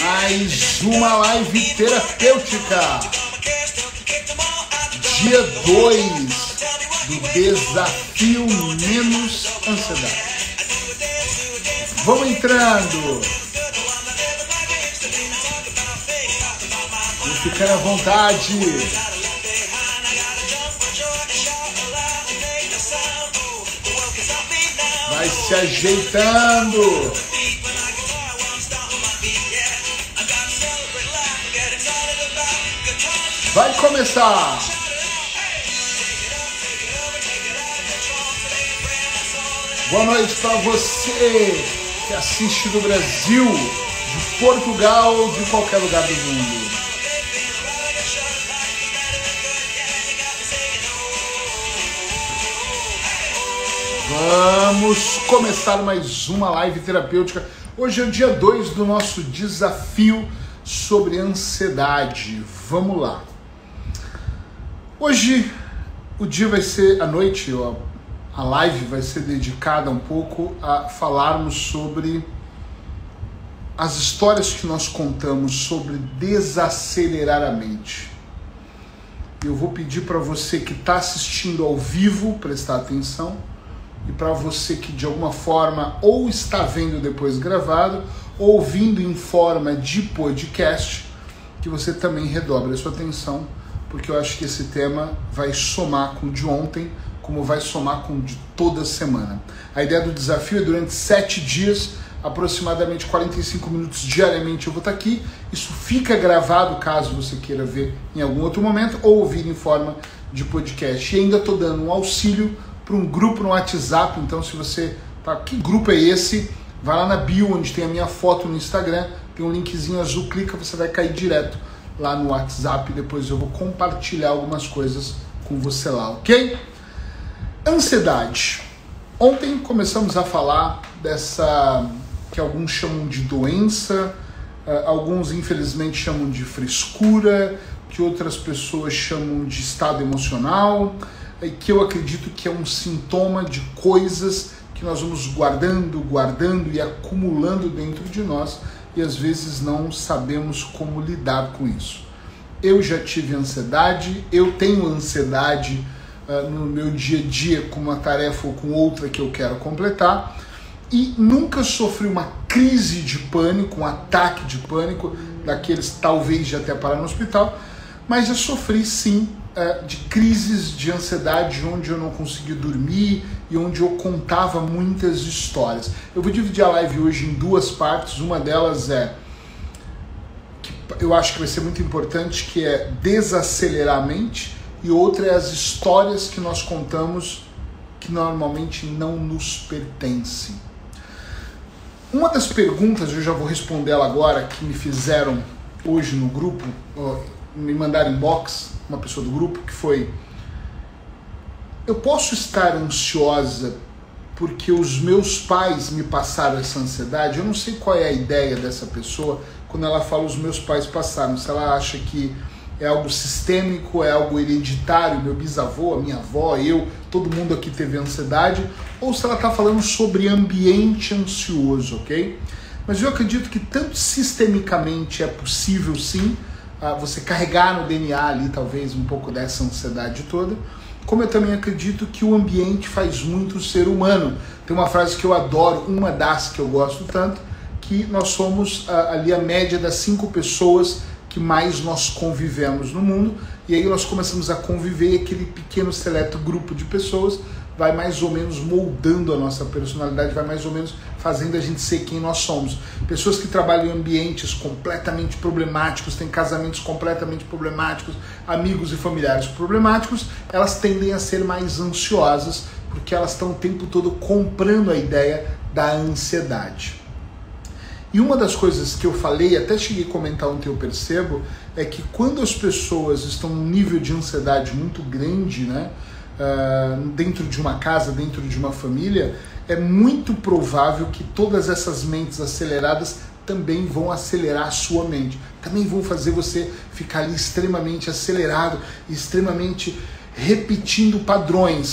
Mais uma live terapêutica. Dia 2 do desafio menos ansiedade. Vamos entrando. Vou ficar à vontade. Vai se ajeitando. Vai começar. Boa noite para você que assiste do Brasil, de Portugal, de qualquer lugar do mundo. Vamos começar mais uma live terapêutica. Hoje é o dia 2 do nosso desafio sobre ansiedade. Vamos lá. Hoje o dia vai ser, a noite, a live vai ser dedicada um pouco a falarmos sobre as histórias que nós contamos sobre desacelerar a mente. Eu vou pedir para você que está assistindo ao vivo prestar atenção e para você que de alguma forma ou está vendo depois gravado ou ouvindo em forma de podcast, que você também redobre a sua atenção, porque eu acho que esse tema vai somar com o de ontem, como vai somar com o de toda semana. A ideia do desafio é durante 7 dias, aproximadamente 45 minutos diariamente eu vou estar aqui. Isso fica gravado caso você queira ver em algum outro momento ou ouvir em forma de podcast. E ainda estou dando um auxílio para um grupo no WhatsApp, então se você... que grupo é esse? Vai lá na bio, onde tem a minha foto no Instagram, tem um linkzinho azul, clica, você vai cair direto lá no WhatsApp, depois eu vou compartilhar algumas coisas com você lá, ok? Ansiedade. Ontem começamos a falar dessa que alguns chamam de doença, alguns infelizmente chamam de frescura, que outras pessoas chamam de estado emocional, e que eu acredito que é um sintoma de coisas que nós vamos guardando e acumulando dentro de nós, e às vezes não sabemos como lidar com isso. Eu já tive ansiedade, eu tenho ansiedade no meu dia a dia com uma tarefa ou com outra que eu quero completar, e nunca sofri uma crise de pânico, um ataque de pânico, daqueles talvez de até parar no hospital, mas já sofri sim de crises de ansiedade onde eu não consegui dormir e onde eu contava muitas histórias. Eu vou dividir a live hoje em 2 partes. Uma delas é, que eu acho que vai ser muito importante, que é desacelerar a mente, e outra é as histórias que nós contamos que normalmente não nos pertencem. Uma das perguntas, eu já vou responder ela agora, que me fizeram hoje no grupo, me mandaram inbox, uma pessoa do grupo, que foi: eu posso estar ansiosa porque os meus pais me passaram essa ansiedade? Eu não sei qual é a ideia dessa pessoa quando ela fala os meus pais passaram, se ela acha que é algo sistêmico, é algo hereditário, meu bisavô, a minha avó, eu, todo mundo aqui teve ansiedade, ou se ela está falando sobre ambiente ansioso, ok? Mas eu acredito que tanto sistemicamente é possível sim, você carregar no DNA ali talvez um pouco dessa ansiedade toda, como eu também acredito que o ambiente faz muito o ser humano. Tem uma frase que eu adoro, uma das que eu gosto tanto, que nós somos ali a média das 5 pessoas que mais nós convivemos no mundo, e aí nós começamos a conviver, e aquele pequeno seleto grupo de pessoas vai mais ou menos moldando a nossa personalidade, vai mais ou menos fazendo a gente ser quem nós somos. Pessoas que trabalham em ambientes completamente problemáticos, têm casamentos completamente problemáticos, amigos e familiares problemáticos, elas tendem a ser mais ansiosas, porque elas estão o tempo todo comprando a ideia da ansiedade. E uma das coisas que eu falei, até cheguei a comentar ontem, eu percebo, é que quando as pessoas estão num nível de ansiedade muito grande, né, dentro de uma casa, dentro de uma família, é muito provável que todas essas mentes aceleradas também vão acelerar a sua mente, também vão fazer você ficar ali extremamente acelerado, extremamente repetindo padrões.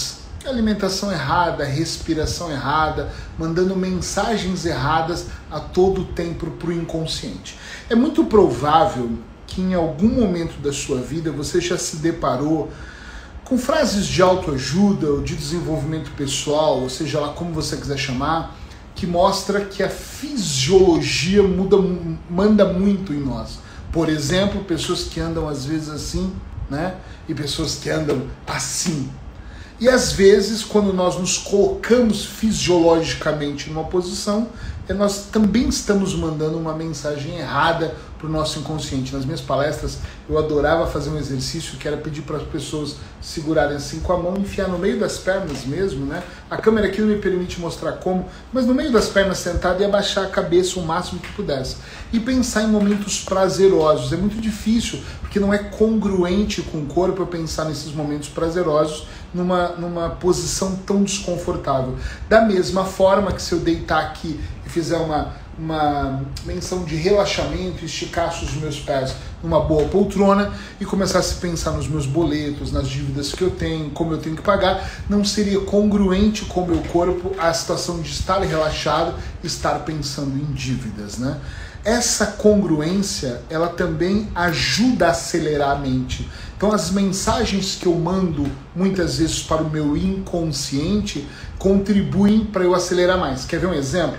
alimentação errada, respiração errada, mandando mensagens erradas a todo tempo para o inconsciente. É muito provável que em algum momento da sua vida você já se deparou com frases de autoajuda ou de desenvolvimento pessoal, ou seja lá como você quiser chamar, que mostra que a fisiologia manda muito em nós. Por exemplo, pessoas que andam às vezes assim, né? E pessoas que andam assim. E às vezes, quando nós nos colocamos fisiologicamente numa posição, nós também estamos mandando uma mensagem errada para o nosso inconsciente. Nas minhas palestras, eu adorava fazer um exercício que era pedir para as pessoas segurarem assim com a mão, enfiar no meio das pernas mesmo, né? A câmera aqui não me permite mostrar como, mas no meio das pernas sentado e abaixar a cabeça o máximo que pudesse. E pensar em momentos prazerosos. É muito difícil, porque não é congruente com o corpo eu pensar nesses momentos prazerosos numa posição tão desconfortável. Da mesma forma que se eu deitar aqui e fizer uma menção de relaxamento, esticasse os meus pés numa boa poltrona e começasse a pensar nos meus boletos, nas dívidas que eu tenho, como eu tenho que pagar, não seria congruente com o meu corpo a situação de estar relaxado e estar pensando em dívidas, né? Essa congruência, ela também ajuda a acelerar a mente. Então as mensagens que eu mando muitas vezes para o meu inconsciente contribuem para eu acelerar mais. Quer ver um exemplo?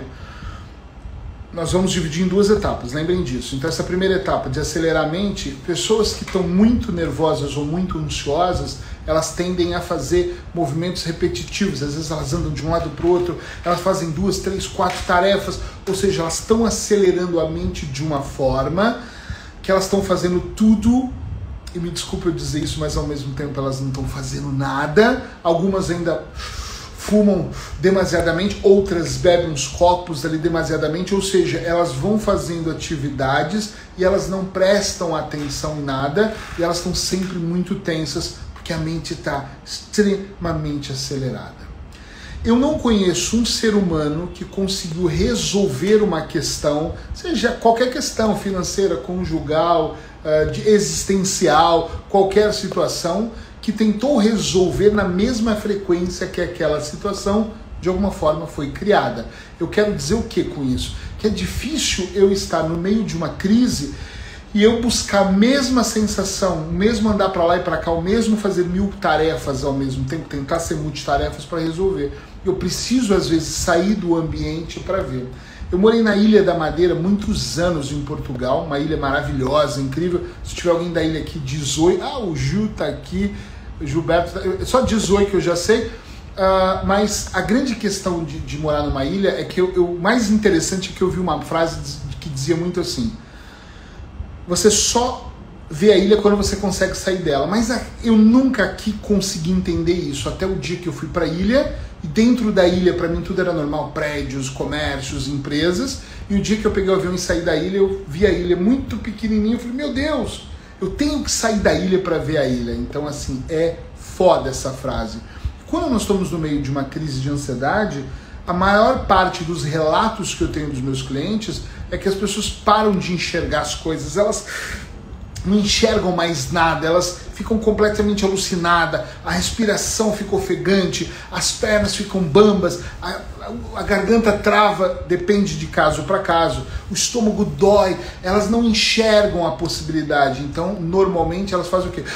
Nós vamos dividir em duas etapas, lembrem disso. Então essa primeira etapa de acelerar a mente, pessoas que estão muito nervosas ou muito ansiosas, elas tendem a fazer movimentos repetitivos, às vezes elas andam de um lado para o outro, elas fazem 2, 3, 4 tarefas, ou seja, elas estão acelerando a mente de uma forma que elas estão fazendo tudo, e me desculpe eu dizer isso, mas ao mesmo tempo elas não estão fazendo nada, algumas ainda fumam demasiadamente, outras bebem uns copos ali demasiadamente, ou seja, elas vão fazendo atividades e elas não prestam atenção em nada e elas estão sempre muito tensas porque a mente está extremamente acelerada. Eu não conheço um ser humano que conseguiu resolver uma questão, seja qualquer questão financeira, conjugal, existencial, qualquer situação, que tentou resolver na mesma frequência que aquela situação, de alguma forma foi criada. Eu quero dizer o que com isso? Que é difícil eu estar no meio de uma crise e eu buscar a mesma sensação, o mesmo andar para lá e para cá, o mesmo fazer 1000 tarefas ao mesmo tempo, tentar ser multitarefas para resolver. Eu preciso, às vezes, sair do ambiente para ver. Eu morei na Ilha da Madeira muitos anos em Portugal, uma ilha maravilhosa, incrível. Se tiver alguém da ilha aqui, diz oi. Ah, o Gil tá aqui, o Gilberto, só diz oi que eu já sei. Mas a grande questão de morar numa ilha é que o mais interessante é que eu vi uma frase que dizia muito assim: você só vê a ilha quando você consegue sair dela. Mas eu nunca aqui consegui entender isso, até o dia que eu fui para a ilha, e dentro da ilha para mim tudo era normal, prédios, comércios, empresas, e o dia que eu peguei o avião e saí da ilha, eu vi a ilha muito pequenininha, eu falei, meu Deus, eu tenho que sair da ilha para ver a ilha. Então assim, é foda essa frase. Quando nós estamos no meio de uma crise de ansiedade, a maior parte dos relatos que eu tenho dos meus clientes é que as pessoas param de enxergar as coisas, elas não enxergam mais nada, elas ficam completamente alucinadas, a respiração fica ofegante, as pernas ficam bambas, a garganta trava, depende de caso para caso, o estômago dói, elas não enxergam a possibilidade, então normalmente elas fazem o quê?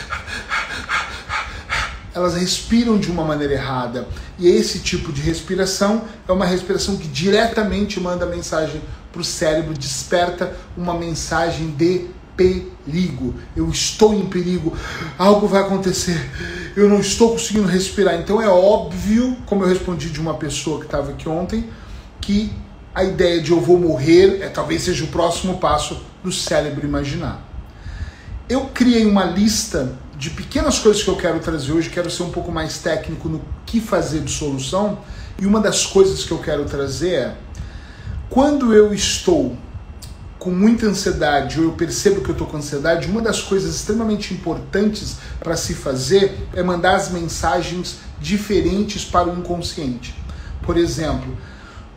Elas respiram de uma maneira errada, e esse tipo de respiração é uma respiração que diretamente manda mensagem para o cérebro, desperta uma mensagem de perigo. Eu estou em perigo, algo vai acontecer, eu não estou conseguindo respirar. Então é óbvio, como eu respondi de uma pessoa que estava aqui ontem, que a ideia de eu vou morrer talvez seja o próximo passo do cérebro imaginar. Eu criei uma lista de pequenas coisas que eu quero trazer hoje, quero ser um pouco mais técnico no que fazer de solução, e uma das coisas que eu quero trazer é: quando eu estou com muita ansiedade ou eu percebo que eu estou com ansiedade, uma das coisas extremamente importantes para se fazer é mandar as mensagens diferentes para o inconsciente. Por exemplo,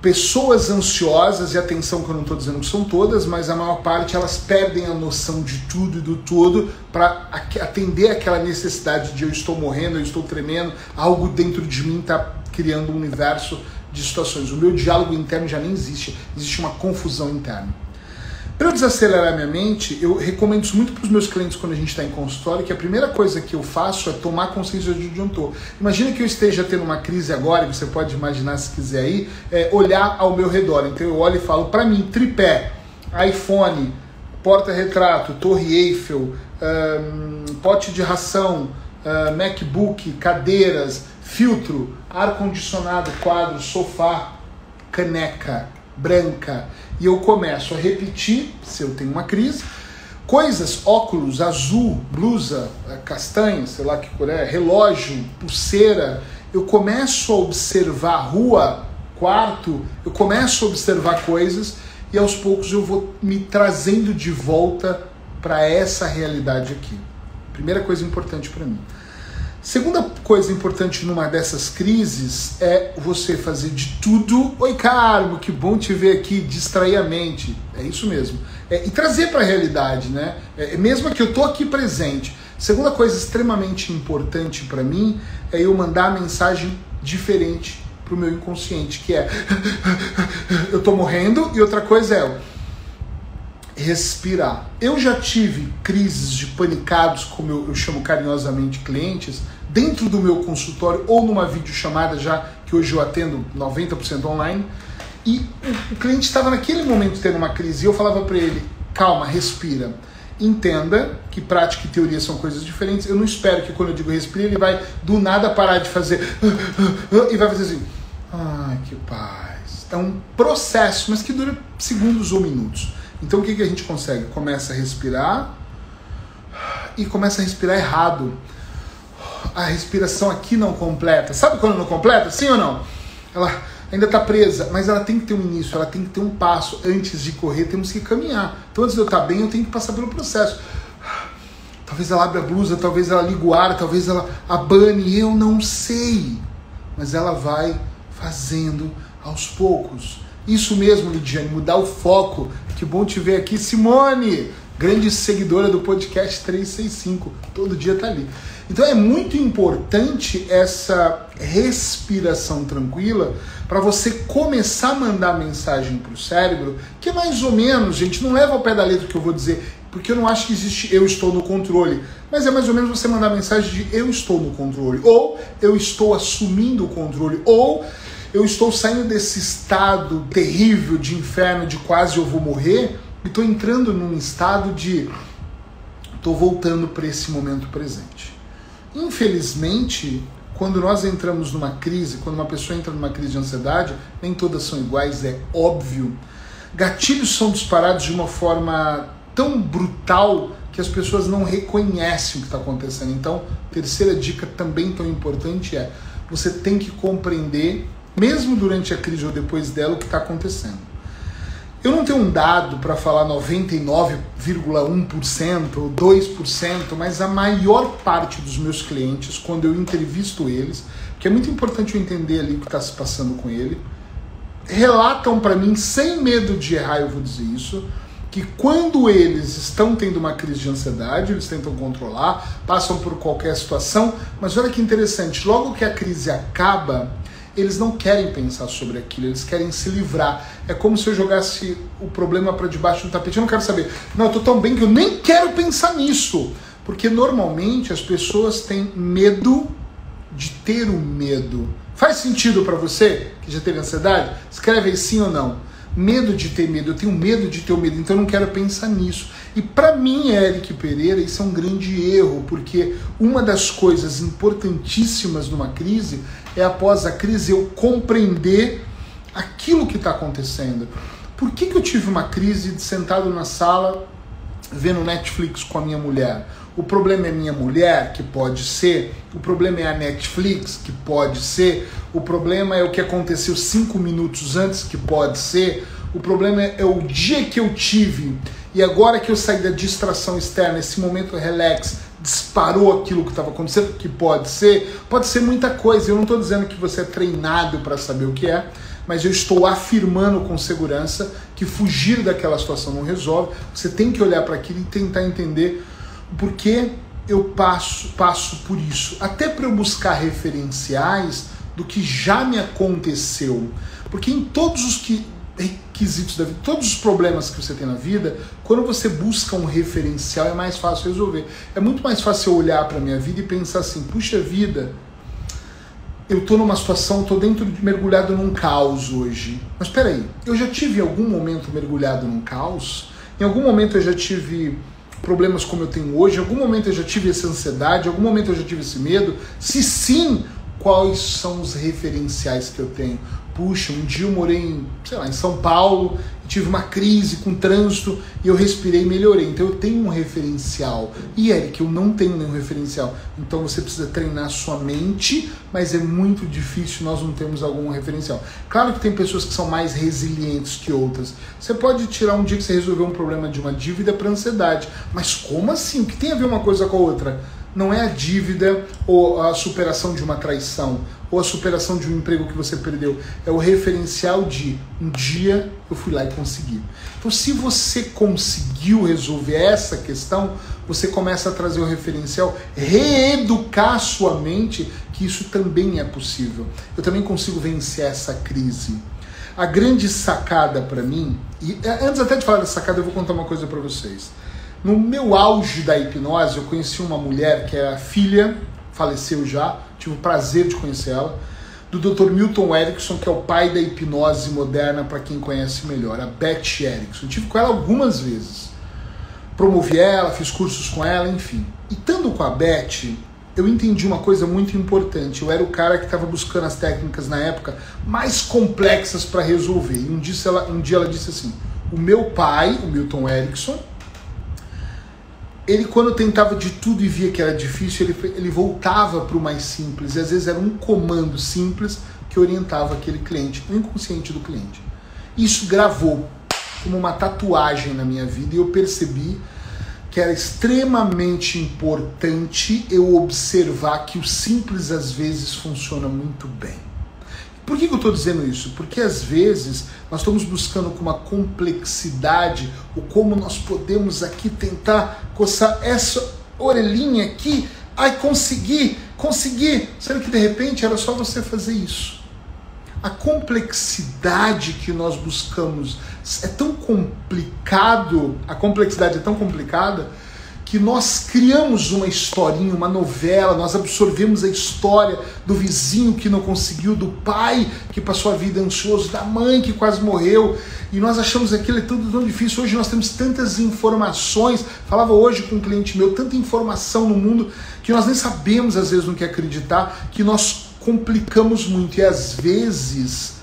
pessoas ansiosas, e atenção que eu não estou dizendo que são todas, mas a maior parte, elas perdem a noção de tudo e do todo para atender aquela necessidade de eu estou morrendo, eu estou tremendo, algo dentro de mim está criando um universo de situações. O meu diálogo interno já nem existe, existe uma confusão interna. Para eu desacelerar minha mente, eu recomendo isso muito para os meus clientes quando a gente está em consultório, que a primeira coisa que eu faço é tomar consciência de onde eu estou. Imagina que eu esteja tendo uma crise agora, e você pode imaginar se quiser aí, olhar ao meu redor. Então eu olho e falo, para mim, tripé, iPhone, porta-retrato, Torre Eiffel, pote de ração, MacBook, cadeiras, filtro, ar-condicionado, quadro, sofá, caneca branca, e eu começo a repetir, se eu tenho uma crise, coisas, óculos, azul, blusa, castanha, sei lá que cor é, relógio, pulseira, eu começo a observar rua, quarto, eu começo a observar coisas e aos poucos eu vou me trazendo de volta para essa realidade aqui. Primeira coisa importante para mim. Segunda coisa importante numa dessas crises é você fazer de tudo. Oi, Carmo, que bom te ver aqui, distrair a mente. É isso mesmo. E trazer para a realidade, né? Mesmo que eu tô aqui presente. Segunda coisa extremamente importante para mim é eu mandar a mensagem diferente para o meu inconsciente, que é eu tô morrendo, e outra coisa é respirar. Eu já tive crises de panicados, como eu chamo carinhosamente clientes, dentro do meu consultório ou numa videochamada, já que hoje eu atendo 90% online, e o cliente estava naquele momento tendo uma crise e eu falava para ele, calma, respira, entenda que prática e teoria são coisas diferentes. Eu não espero que quando eu digo respira ele vai do nada parar de fazer e vai fazer assim, ai que paz. É um processo, mas que dura segundos ou minutos. Então o que a gente consegue? Começa a respirar e começa a respirar errado. A respiração aqui não completa. Sabe quando não completa? Sim ou não? Ela ainda está presa, mas ela tem que ter um início, ela tem que ter um passo. Antes de correr, temos que caminhar. Então antes de eu estar bem, eu tenho que passar pelo processo. Talvez ela abra a blusa, talvez ela ligue o ar, talvez ela abane, eu não sei. Mas ela vai fazendo aos poucos. Isso mesmo, Lidiane, mudar o foco. Que bom te ver aqui, Simone, grande seguidora do podcast 365, todo dia tá ali. Então é muito importante essa respiração tranquila para você começar a mandar mensagem para o cérebro, que é mais ou menos, gente, não leva ao pé da letra o que eu vou dizer, porque eu não acho que existe eu estou no controle, mas é mais ou menos você mandar a mensagem de eu estou no controle, ou eu estou assumindo o controle, ou eu estou saindo desse estado terrível de inferno, de quase eu vou morrer, e estou entrando num estado de estou voltando para esse momento presente. Infelizmente, quando nós entramos numa crise, quando uma pessoa entra numa crise de ansiedade, nem todas são iguais, é óbvio. Gatilhos são disparados de uma forma tão brutal que as pessoas não reconhecem o que está acontecendo. Então, terceira dica também tão importante é você tem que compreender, mesmo durante a crise ou depois dela, o que está acontecendo. Eu não tenho um dado para falar 99,1% ou 2%, mas a maior parte dos meus clientes, quando eu entrevisto eles, que é muito importante eu entender ali o que está se passando com ele, relatam para mim, sem medo de errar, eu vou dizer isso, que quando eles estão tendo uma crise de ansiedade, eles tentam controlar, passam por qualquer situação, mas olha que interessante, logo que a crise acaba, eles não querem pensar sobre aquilo, eles querem se livrar. É como se eu jogasse o problema para debaixo do tapete. Eu não quero saber. Não, eu tô tão bem que eu nem quero pensar nisso. Porque normalmente as pessoas têm medo de ter o medo. Faz sentido para você que já teve ansiedade? Escreve aí sim ou não. Medo de ter medo. Eu tenho medo de ter o medo, então eu não quero pensar nisso. E para mim, Eric Pereira, isso é um grande erro, porque uma das coisas importantíssimas numa crise é, após a crise, eu compreender aquilo que está acontecendo. Por que eu tive uma crise sentado na sala vendo Netflix com a minha mulher? O problema é minha mulher, que pode ser. O problema é a Netflix, que pode ser. O problema é o que aconteceu 5 minutos antes, que pode ser. O problema é o dia que eu tive. E agora que eu saí da distração externa, esse momento relax, disparou aquilo que estava acontecendo, que pode ser muita coisa. Eu não estou dizendo que você é treinado para saber o que é, mas eu estou afirmando com segurança que fugir daquela situação não resolve. Você tem que olhar para aquilo e tentar entender o porquê eu passo por isso. Até para eu buscar referenciais do que já me aconteceu. Porque em todos os requisitos da vida, todos os problemas que você tem na vida, quando você busca um referencial é mais fácil resolver. É muito mais fácil eu olhar para a minha vida e pensar assim, puxa vida, eu estou numa situação, estou mergulhado num caos hoje. Mas espera aí, eu já tive em algum momento mergulhado num caos? Em algum momento eu já tive problemas como eu tenho hoje? Em algum momento eu já tive essa ansiedade? Em algum momento eu já tive esse medo? Se sim, quais são os referenciais que eu tenho? Puxa, um dia eu morei em São Paulo, tive uma crise com trânsito e eu respirei e melhorei. Então eu tenho um referencial. E Eric, eu não tenho nenhum referencial. Então você precisa treinar sua mente, mas é muito difícil nós não termos algum referencial. Claro que tem pessoas que são mais resilientes que outras. Você pode tirar um dia que você resolveu um problema de uma dívida para ansiedade. Mas como assim? O que tem a ver uma coisa com a outra? Não é a dívida ou a superação de uma traição ou a superação de um emprego que você perdeu. É o referencial de um dia eu fui lá e consegui. Então, se você conseguiu resolver essa questão, você começa a trazer o referencial, reeducar sua mente, que isso também é possível. Eu também consigo vencer essa crise. A grande sacada para mim, e antes até de falar dessa sacada, eu vou contar uma coisa para vocês. No meu auge da hipnose, eu conheci uma mulher que é a filha, faleceu já, tive o prazer de conhecer ela, do Dr. Milton Erickson, que é o pai da hipnose moderna, para quem conhece melhor, a Beth Erickson. Tive com ela algumas vezes. Promovi ela, fiz cursos com ela, enfim. E estando com a Beth, eu entendi uma coisa muito importante. Eu era o cara que estava buscando as técnicas na época mais complexas para resolver. E um dia ela disse assim, o meu pai, o Milton Erickson, ele quando tentava de tudo e via que era difícil, ele voltava para o mais simples. E às vezes era um comando simples que orientava aquele cliente, o inconsciente do cliente. Isso gravou como uma tatuagem na minha vida e eu percebi que era extremamente importante eu observar que o simples às vezes funciona muito bem. Por que eu estou dizendo isso? Porque às vezes nós estamos buscando com uma complexidade o como nós podemos aqui tentar coçar essa orelhinha aqui, ai consegui, sendo que de repente era só você fazer isso. A complexidade que nós buscamos é tão complicado, a complexidade é tão complicada que nós criamos uma historinha, uma novela, nós absorvemos a história do vizinho que não conseguiu, do pai que passou a vida ansioso, da mãe que quase morreu, e nós achamos aquilo tudo tão difícil. Hoje nós temos tantas informações, falava hoje com um cliente meu, tanta informação no mundo, que nós nem sabemos às vezes no que acreditar, que nós complicamos muito, e às vezes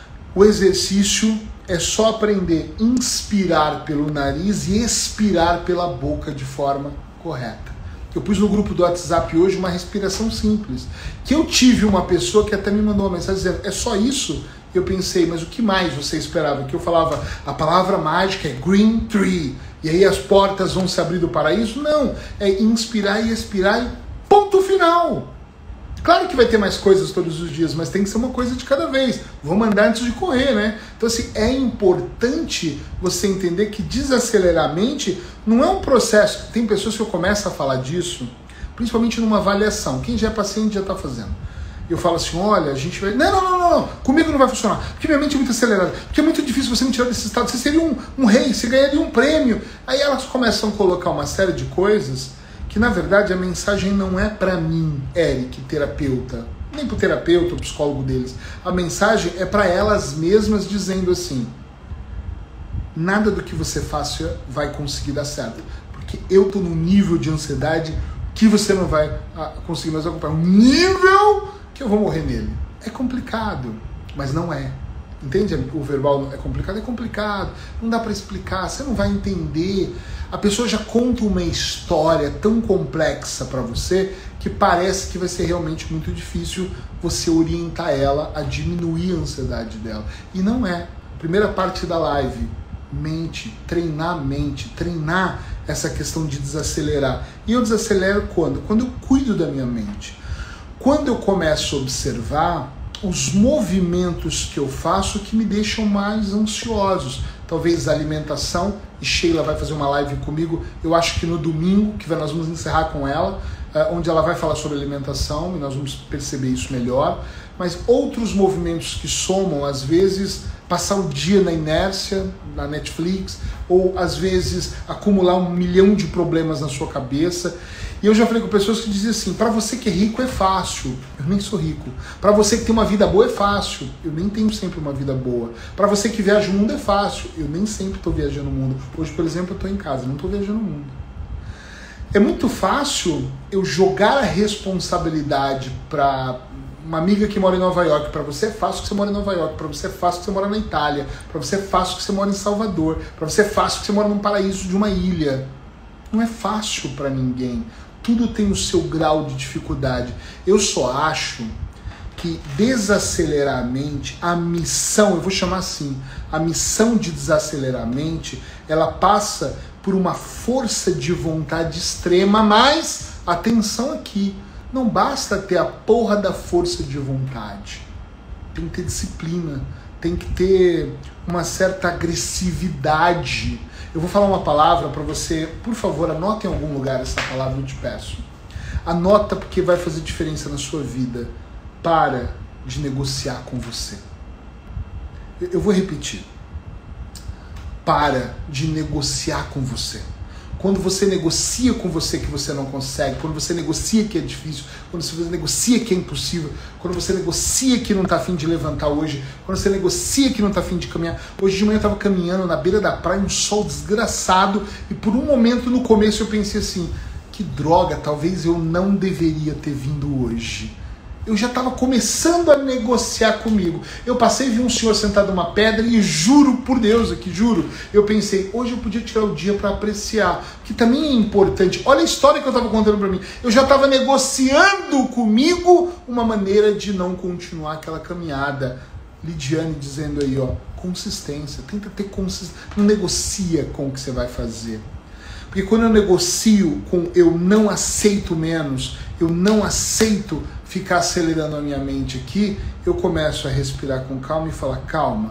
o exercício é só aprender a inspirar pelo nariz e expirar pela boca de forma correta. Eu pus no grupo do WhatsApp hoje uma respiração simples, que eu tive uma pessoa que até me mandou uma mensagem dizendo, é só isso? Eu pensei, mas o que mais você esperava? Que eu falava, a palavra mágica é green tree, e aí as portas vão se abrir do paraíso? Não, é inspirar e expirar e ponto final. Claro que vai ter mais coisas todos os dias, mas tem que ser uma coisa de cada vez. Vou mandar antes de correr, né? Então, assim, é importante você entender que desacelerar a mente não é um processo. Tem pessoas que eu começo a falar disso, principalmente numa avaliação. Quem já é paciente já está fazendo. Eu falo assim, olha, a gente vai... Não. Comigo não vai funcionar. Porque minha mente é muito acelerada. Porque é muito difícil você me tirar desse estado. Você seria um rei, você ganharia um prêmio. Aí elas começam a colocar uma série de coisas que na verdade a mensagem não é para mim, Eric, terapeuta, nem para o terapeuta, o psicólogo deles. A mensagem é para elas mesmas dizendo assim, nada do que você faça vai conseguir dar certo, porque eu estou num nível de ansiedade que você não vai conseguir mais ocupar, um nível que eu vou morrer nele. É complicado, mas não é. Entende? O verbal é complicado, não dá para explicar, você não vai entender. A pessoa já conta uma história tão complexa para você que parece que vai ser realmente muito difícil você orientar ela a diminuir a ansiedade dela. E não é. A primeira parte da live, treinar essa questão de desacelerar. E eu desacelero quando? Quando eu cuido da minha mente. Quando eu começo a observar os movimentos que eu faço que me deixam mais ansiosos. Talvez a alimentação, e Sheila vai fazer uma live comigo, eu acho que no domingo, que nós vamos encerrar com ela, onde ela vai falar sobre alimentação, e nós vamos perceber isso melhor. Mas outros movimentos que somam, às vezes, passar o dia na inércia, na Netflix, ou às vezes acumular 1 milhão de problemas na sua cabeça. E eu já falei com pessoas que dizem assim, para você que é rico é fácil, eu nem sou rico. Para você que tem uma vida boa é fácil, eu nem tenho sempre uma vida boa. Para você que viaja o mundo é fácil, eu nem sempre estou viajando o mundo. Hoje, por exemplo, eu estou em casa, não estou viajando o mundo. É muito fácil eu jogar a responsabilidade para uma amiga que mora em Nova York. Para você é fácil que você mora em Nova York, para você é fácil que você mora na Itália, para você é fácil que você mora em Salvador, para você é fácil que você mora num paraíso de uma ilha. Não é fácil para ninguém. Tudo tem o seu grau de dificuldade. Eu só acho que desacelerar a mente, a missão, eu vou chamar assim, a missão de desacelerar a mente, ela passa por uma força de vontade extrema, mas atenção aqui, não basta ter a porra da força de vontade. Tem que ter disciplina, tem que ter uma certa agressividade. Eu vou falar uma palavra para você, por favor, anota em algum lugar essa palavra, eu te peço. Anota porque vai fazer diferença na sua vida. Para de negociar com você. Eu vou repetir. Para de negociar com você. Quando você negocia com você que você não consegue, quando você negocia que é difícil, quando você negocia que é impossível, quando você negocia que não está a fim de levantar hoje, quando você negocia que não está a fim de caminhar. Hoje de manhã eu estava caminhando na beira da praia, um sol desgraçado, e por um momento no começo eu pensei assim, que droga, talvez eu não deveria ter vindo hoje. Eu já estava começando a negociar comigo. Eu passei e vi um senhor sentado numa pedra e juro por Deus aqui, juro, eu pensei, hoje eu podia tirar o dia para apreciar, que também é importante. Olha a história que eu estava contando para mim. Eu já estava negociando comigo uma maneira de não continuar aquela caminhada. Lidiane dizendo aí, ó, consistência, tenta ter consistência, não negocia com o que você vai fazer. Porque quando eu negocio com eu não aceito menos, eu não aceito ficar acelerando a minha mente aqui, eu começo a respirar com calma e falar, calma,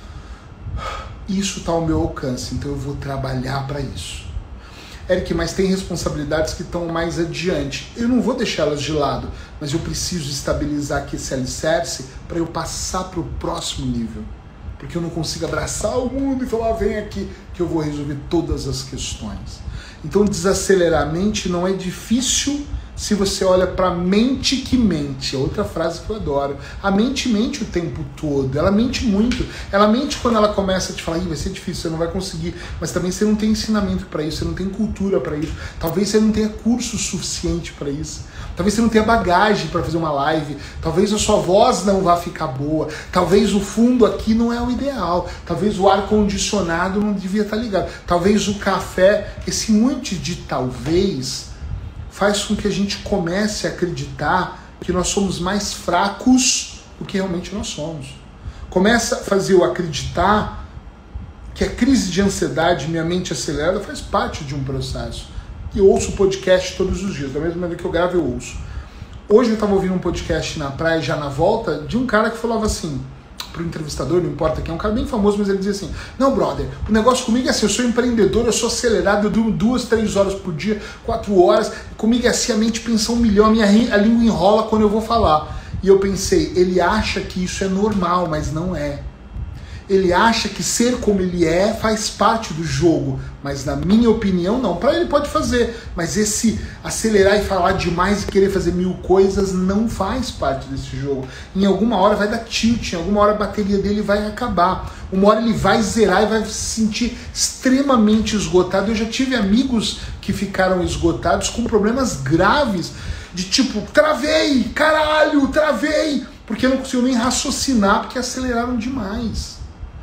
isso está ao meu alcance, então eu vou trabalhar para isso. Eric, mas tem responsabilidades que estão mais adiante. Eu não vou deixá-las de lado, mas eu preciso estabilizar aqui esse alicerce para eu passar para o próximo nível. Porque eu não consigo abraçar o mundo e falar, vem aqui, que eu vou resolver todas as questões. Então desacelerar a mente não é difícil se você olha para a mente que mente. É outra frase que eu adoro. A mente mente o tempo todo. Ela mente muito. Ela mente quando ela começa a te falar, vai ser difícil, você não vai conseguir. Mas também você não tem ensinamento para isso, você não tem cultura para isso. Talvez você não tenha curso suficiente para isso. Talvez você não tenha bagagem para fazer uma live. Talvez a sua voz não vá ficar boa. Talvez o fundo aqui não é o ideal. Talvez o ar-condicionado não devia estar ligado. Talvez o café, esse monte de talvez, faz com que a gente comece a acreditar que nós somos mais fracos do que realmente nós somos. Começa a fazer eu acreditar que a crise de ansiedade, minha mente acelerada, faz parte de um processo. E eu ouço podcast todos os dias, da mesma maneira que eu gravo, eu ouço. Hoje eu estava ouvindo um podcast na praia, já na volta, de um cara que falava assim, para o entrevistador, não importa quem, é um cara bem famoso, mas ele dizia assim, não, brother, o negócio comigo é assim, eu sou empreendedor, eu sou acelerado, eu durmo 2, 3 horas por dia, 4 horas, comigo é assim, a mente pensa 1 milhão, a língua enrola quando eu vou falar. E eu pensei, ele acha que isso é normal, mas não é. Ele acha que ser como ele é faz parte do jogo, mas na minha opinião não. Para ele pode fazer, mas esse acelerar e falar demais e querer fazer 1000 coisas não faz parte desse jogo. Em alguma hora vai dar tilt, em alguma hora a bateria dele vai acabar. Uma hora ele vai zerar e vai se sentir extremamente esgotado. Eu já tive amigos que ficaram esgotados com problemas graves, de tipo, travei, caralho, travei, porque não conseguiu nem raciocinar, porque aceleraram demais.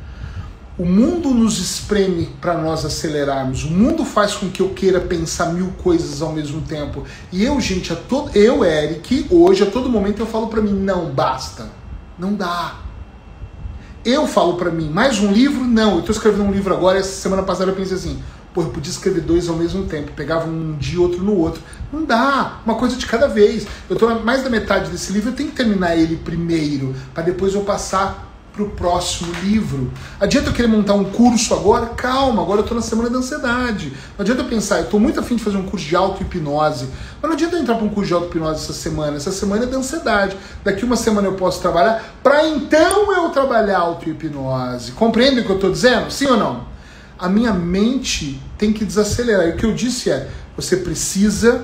O mundo nos espreme para nós acelerarmos. O mundo faz com que eu queira pensar 1000 coisas ao mesmo tempo. E eu, gente, Eric, hoje, a todo momento eu falo para mim, não, basta. Não dá. Eu falo para mim, mais um livro? Não, eu estou escrevendo um livro agora, essa semana passada eu pensei assim, Pô, eu podia escrever 2 ao mesmo tempo, pegava um dia e outro no outro. Não dá, uma coisa de cada vez. Eu estou mais da metade desse livro, eu tenho que terminar ele primeiro, para depois eu passar para o próximo livro. Adianta eu querer montar um curso agora? Calma, agora eu estou na semana da ansiedade. Não adianta eu pensar, eu estou muito afim de fazer um curso de auto-hipnose, mas não adianta eu entrar para um curso de auto-hipnose essa semana é da ansiedade. Daqui uma semana eu posso trabalhar, para então eu trabalhar auto-hipnose. Compreendem o que eu estou dizendo? Sim ou não? A minha mente tem que desacelerar. E o que eu disse é, você precisa,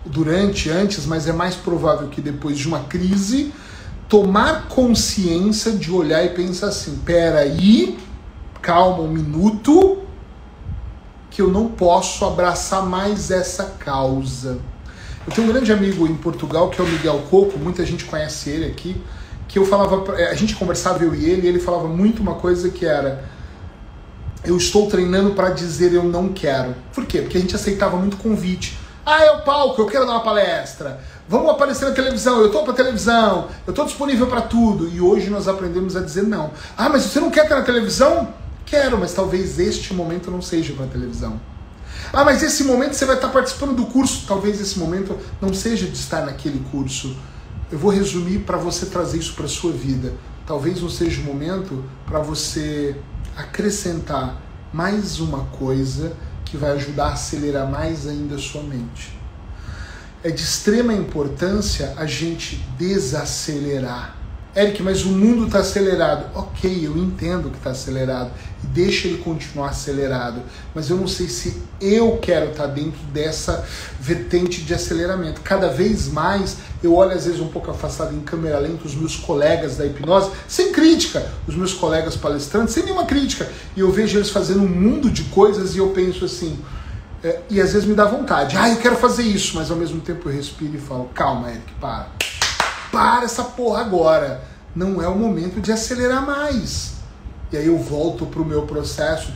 antes, mas é mais provável que depois de uma crise, tomar consciência de olhar e pensar assim, peraí, calma um minuto, que eu não posso abraçar mais essa causa. Eu tenho um grande amigo em Portugal, que é o Miguel Coco, muita gente conhece ele aqui, que eu falava, a gente conversava eu e ele falava muito uma coisa que era, eu estou treinando para dizer eu não quero. Por quê? Porque a gente aceitava muito convite. Ah, é o palco, eu quero dar uma palestra. Vamos aparecer na televisão, eu estou para televisão, eu estou disponível para tudo. E hoje nós aprendemos a dizer não. Ah, mas você não quer estar na televisão? Quero, mas talvez este momento não seja para televisão. Ah, mas esse momento você vai estar participando do curso. Talvez esse momento não seja de estar naquele curso. Eu vou resumir para você trazer isso para a sua vida. Talvez não seja o momento para você acrescentar mais uma coisa que vai ajudar a acelerar mais ainda a sua mente. É de extrema importância a gente desacelerar. Eric, mas o mundo está acelerado. Ok, eu entendo que está acelerado e deixa ele continuar acelerado, mas eu não sei se eu quero estar dentro dessa vertente de aceleramento. Cada vez mais eu olho às vezes um pouco afastado em câmera lenta os meus colegas da hipnose, sem crítica, os meus colegas palestrantes, sem nenhuma crítica, e eu vejo eles fazendo um mundo de coisas e eu penso assim, e às vezes me dá vontade, eu quero fazer isso, mas ao mesmo tempo eu respiro e falo, calma Eric, para essa porra agora, não é o momento de acelerar mais. E aí eu volto pro meu processo,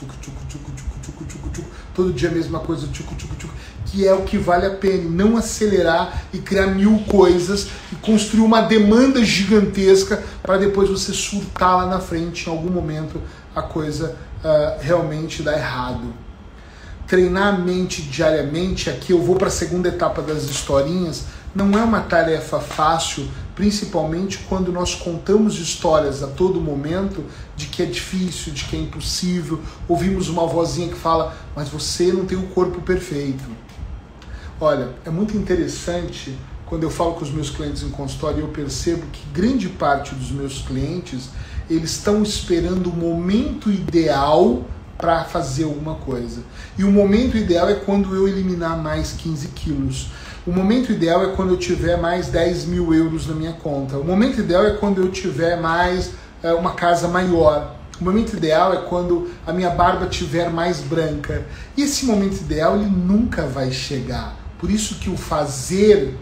todo dia a mesma coisa, que é o que vale a pena, não acelerar e criar 1000 coisas e construir uma demanda gigantesca para depois você surtar lá na frente, em algum momento a coisa realmente dá errado. Treinar a mente diariamente, aqui eu vou para a segunda etapa das historinhas, não é uma tarefa fácil, principalmente quando nós contamos histórias a todo momento de que é difícil, de que é impossível. Ouvimos uma vozinha que fala, mas você não tem o corpo perfeito. Olha, é muito interessante quando eu falo com os meus clientes em consultório, eu percebo que grande parte dos meus clientes, eles estão esperando o momento ideal para fazer alguma coisa. E o momento ideal é quando eu eliminar mais 15 quilos. O momento ideal é quando eu tiver mais 10.000 euros na minha conta. O momento ideal é quando eu tiver mais uma casa maior. O momento ideal é quando a minha barba tiver mais branca. E esse momento ideal ele nunca vai chegar. Por isso que o fazer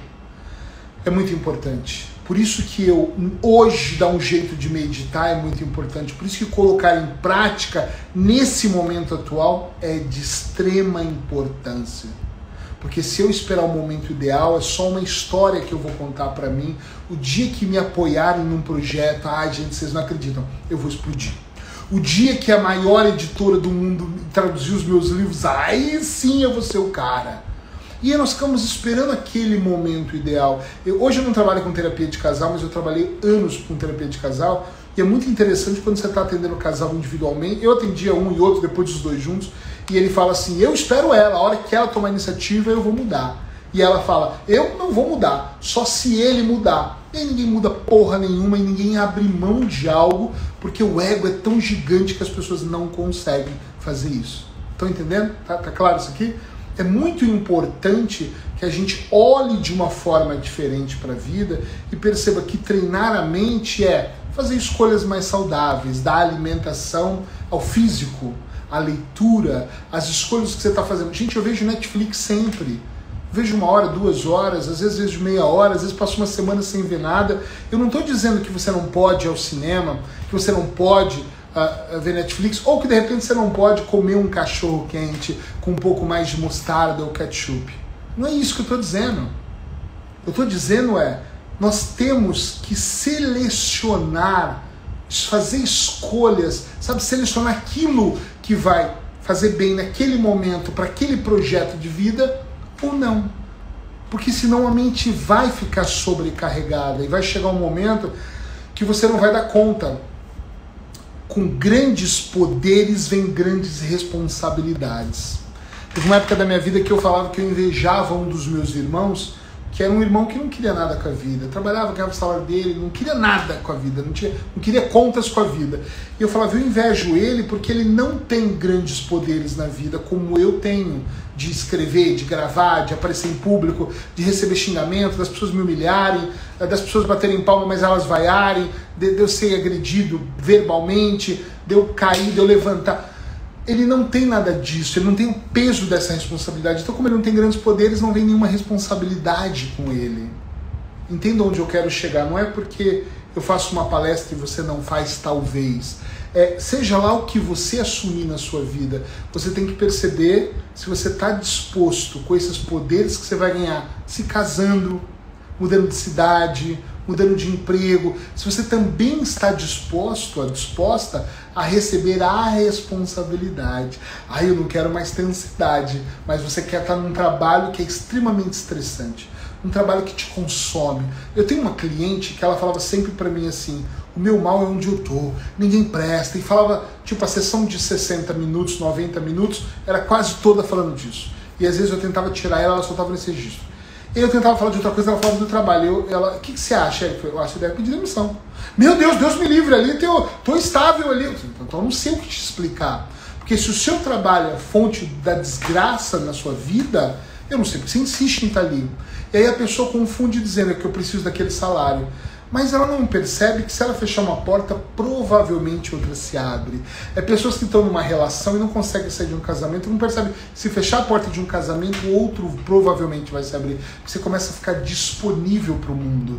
é muito importante. Por isso que eu hoje dar um jeito de meditar é muito importante. Por isso que colocar em prática nesse momento atual é de extrema importância. Porque se eu esperar o momento ideal, é só uma história que eu vou contar para mim. O dia que me apoiarem num projeto, gente, vocês não acreditam, eu vou explodir. O dia que a maior editora do mundo traduzir os meus livros, aí sim eu vou ser o cara. E aí nós ficamos esperando aquele momento ideal. Hoje eu não trabalho com terapia de casal, mas eu trabalhei anos com terapia de casal. E é muito interessante quando você está atendendo o casal individualmente. Eu atendia um e outro, depois dos dois juntos. E ele fala assim, eu espero ela, a hora que ela tomar a iniciativa eu vou mudar. E ela fala, eu não vou mudar, só se ele mudar. E aí ninguém muda porra nenhuma e ninguém abre mão de algo, porque o ego é tão gigante que as pessoas não conseguem fazer isso. Estão entendendo? Tá claro isso aqui? É muito importante que a gente olhe de uma forma diferente para a vida e perceba que treinar a mente é fazer escolhas mais saudáveis, dar alimentação ao físico, a leitura, as escolhas que você está fazendo. Gente, eu vejo Netflix sempre. Vejo 1 hora, 2 horas, às vezes vejo meia hora, às vezes passo uma semana sem ver nada. Eu não estou dizendo que você não pode ir ao cinema, que você não pode ver Netflix, ou que de repente você não pode comer um cachorro quente com um pouco mais de mostarda ou ketchup. Não é isso que eu estou dizendo. Eu estou dizendo nós temos que selecionar, fazer escolhas, sabe, selecionar aquilo que vai fazer bem naquele momento para aquele projeto de vida ou não. Porque senão a mente vai ficar sobrecarregada e vai chegar um momento que você não vai dar conta. Com grandes poderes vem grandes responsabilidades. Teve uma época da minha vida que eu falava que eu invejava um dos meus irmãos, que era um irmão que não queria nada com a vida. Trabalhava, ganhava o salário dele, não queria nada com a vida, não queria contas com a vida. E eu falava, eu invejo ele porque ele não tem grandes poderes na vida como eu tenho, de escrever, de gravar, de aparecer em público, de receber xingamento, das pessoas me humilharem, das pessoas baterem palma, mas elas vaiarem, de eu ser agredido verbalmente, de eu cair, de eu levantar. Ele não tem nada disso, ele não tem o peso dessa responsabilidade. Então, como ele não tem grandes poderes, não vem nenhuma responsabilidade com ele. Entenda onde eu quero chegar. Não é porque eu faço uma palestra e você não faz, talvez. Seja lá o que você assumir na sua vida, você tem que perceber se você está disposto com esses poderes que você vai ganhar, se casando, mudando de cidade, mudando de emprego, se você também está disposta a receber a responsabilidade. Eu não quero mais ter ansiedade, mas você quer estar num trabalho que é extremamente estressante, um trabalho que te consome. Eu tenho uma cliente que ela falava sempre para mim assim, o meu mal é onde eu tô, ninguém presta, e falava, tipo, a sessão de 60 minutos, 90 minutos, era quase toda falando disso. E às vezes eu tentava tirar ela só estava nesse registro. Eu tentava falar de outra coisa, ela falava do trabalho. O que você acha? Eu acho que deve pedir demissão. Meu Deus, Deus me livre ali, tô estável ali. Então eu não sei o que te explicar. Porque se o seu trabalho é fonte da desgraça na sua vida, eu não sei porque você insiste em estar ali. E aí a pessoa confunde dizendo que eu preciso daquele salário. Mas ela não percebe que se ela fechar uma porta, provavelmente outra se abre. Pessoas que estão numa relação e não conseguem sair de um casamento, não percebem se fechar a porta de um casamento, outro provavelmente vai se abrir. Você começa a ficar disponível para o mundo.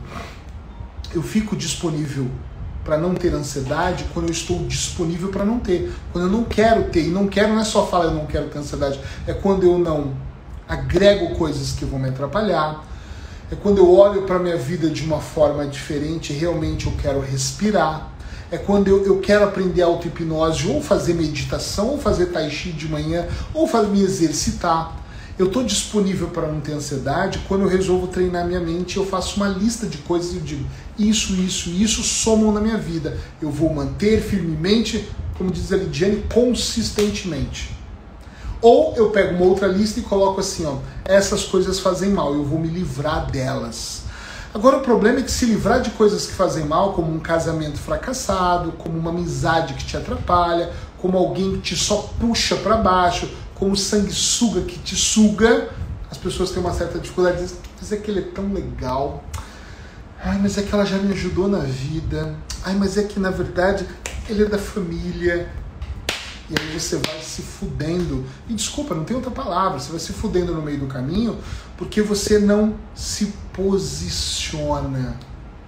Eu fico disponível para não ter ansiedade quando eu estou disponível para não ter. Quando eu não quero ter, e não quero não é só falar eu não quero ter ansiedade, é quando eu não agrego coisas que vão me atrapalhar. É quando eu olho para a minha vida de uma forma diferente, realmente eu quero respirar. É quando eu quero aprender auto-hipnose, ou fazer meditação, ou fazer tai chi de manhã, ou me exercitar. Eu estou disponível para não ter ansiedade quando eu resolvo treinar minha mente. Eu faço uma lista de coisas e eu digo, isso somam na minha vida. Eu vou manter firmemente, como diz a Lidiane, consistentemente. Ou eu pego uma outra lista e coloco assim, essas coisas fazem mal, eu vou me livrar delas. Agora o problema é que se livrar de coisas que fazem mal, como um casamento fracassado, como uma amizade que te atrapalha, como alguém que te só puxa para baixo, como sanguessuga que te suga, as pessoas têm uma certa dificuldade de dizer, mas é que ele é tão legal, mas é que ela já me ajudou na vida, mas é que na verdade ele é da família. E aí você vai se fudendo. E desculpa, não tem outra palavra. Você vai se fudendo no meio do caminho porque você não se posiciona.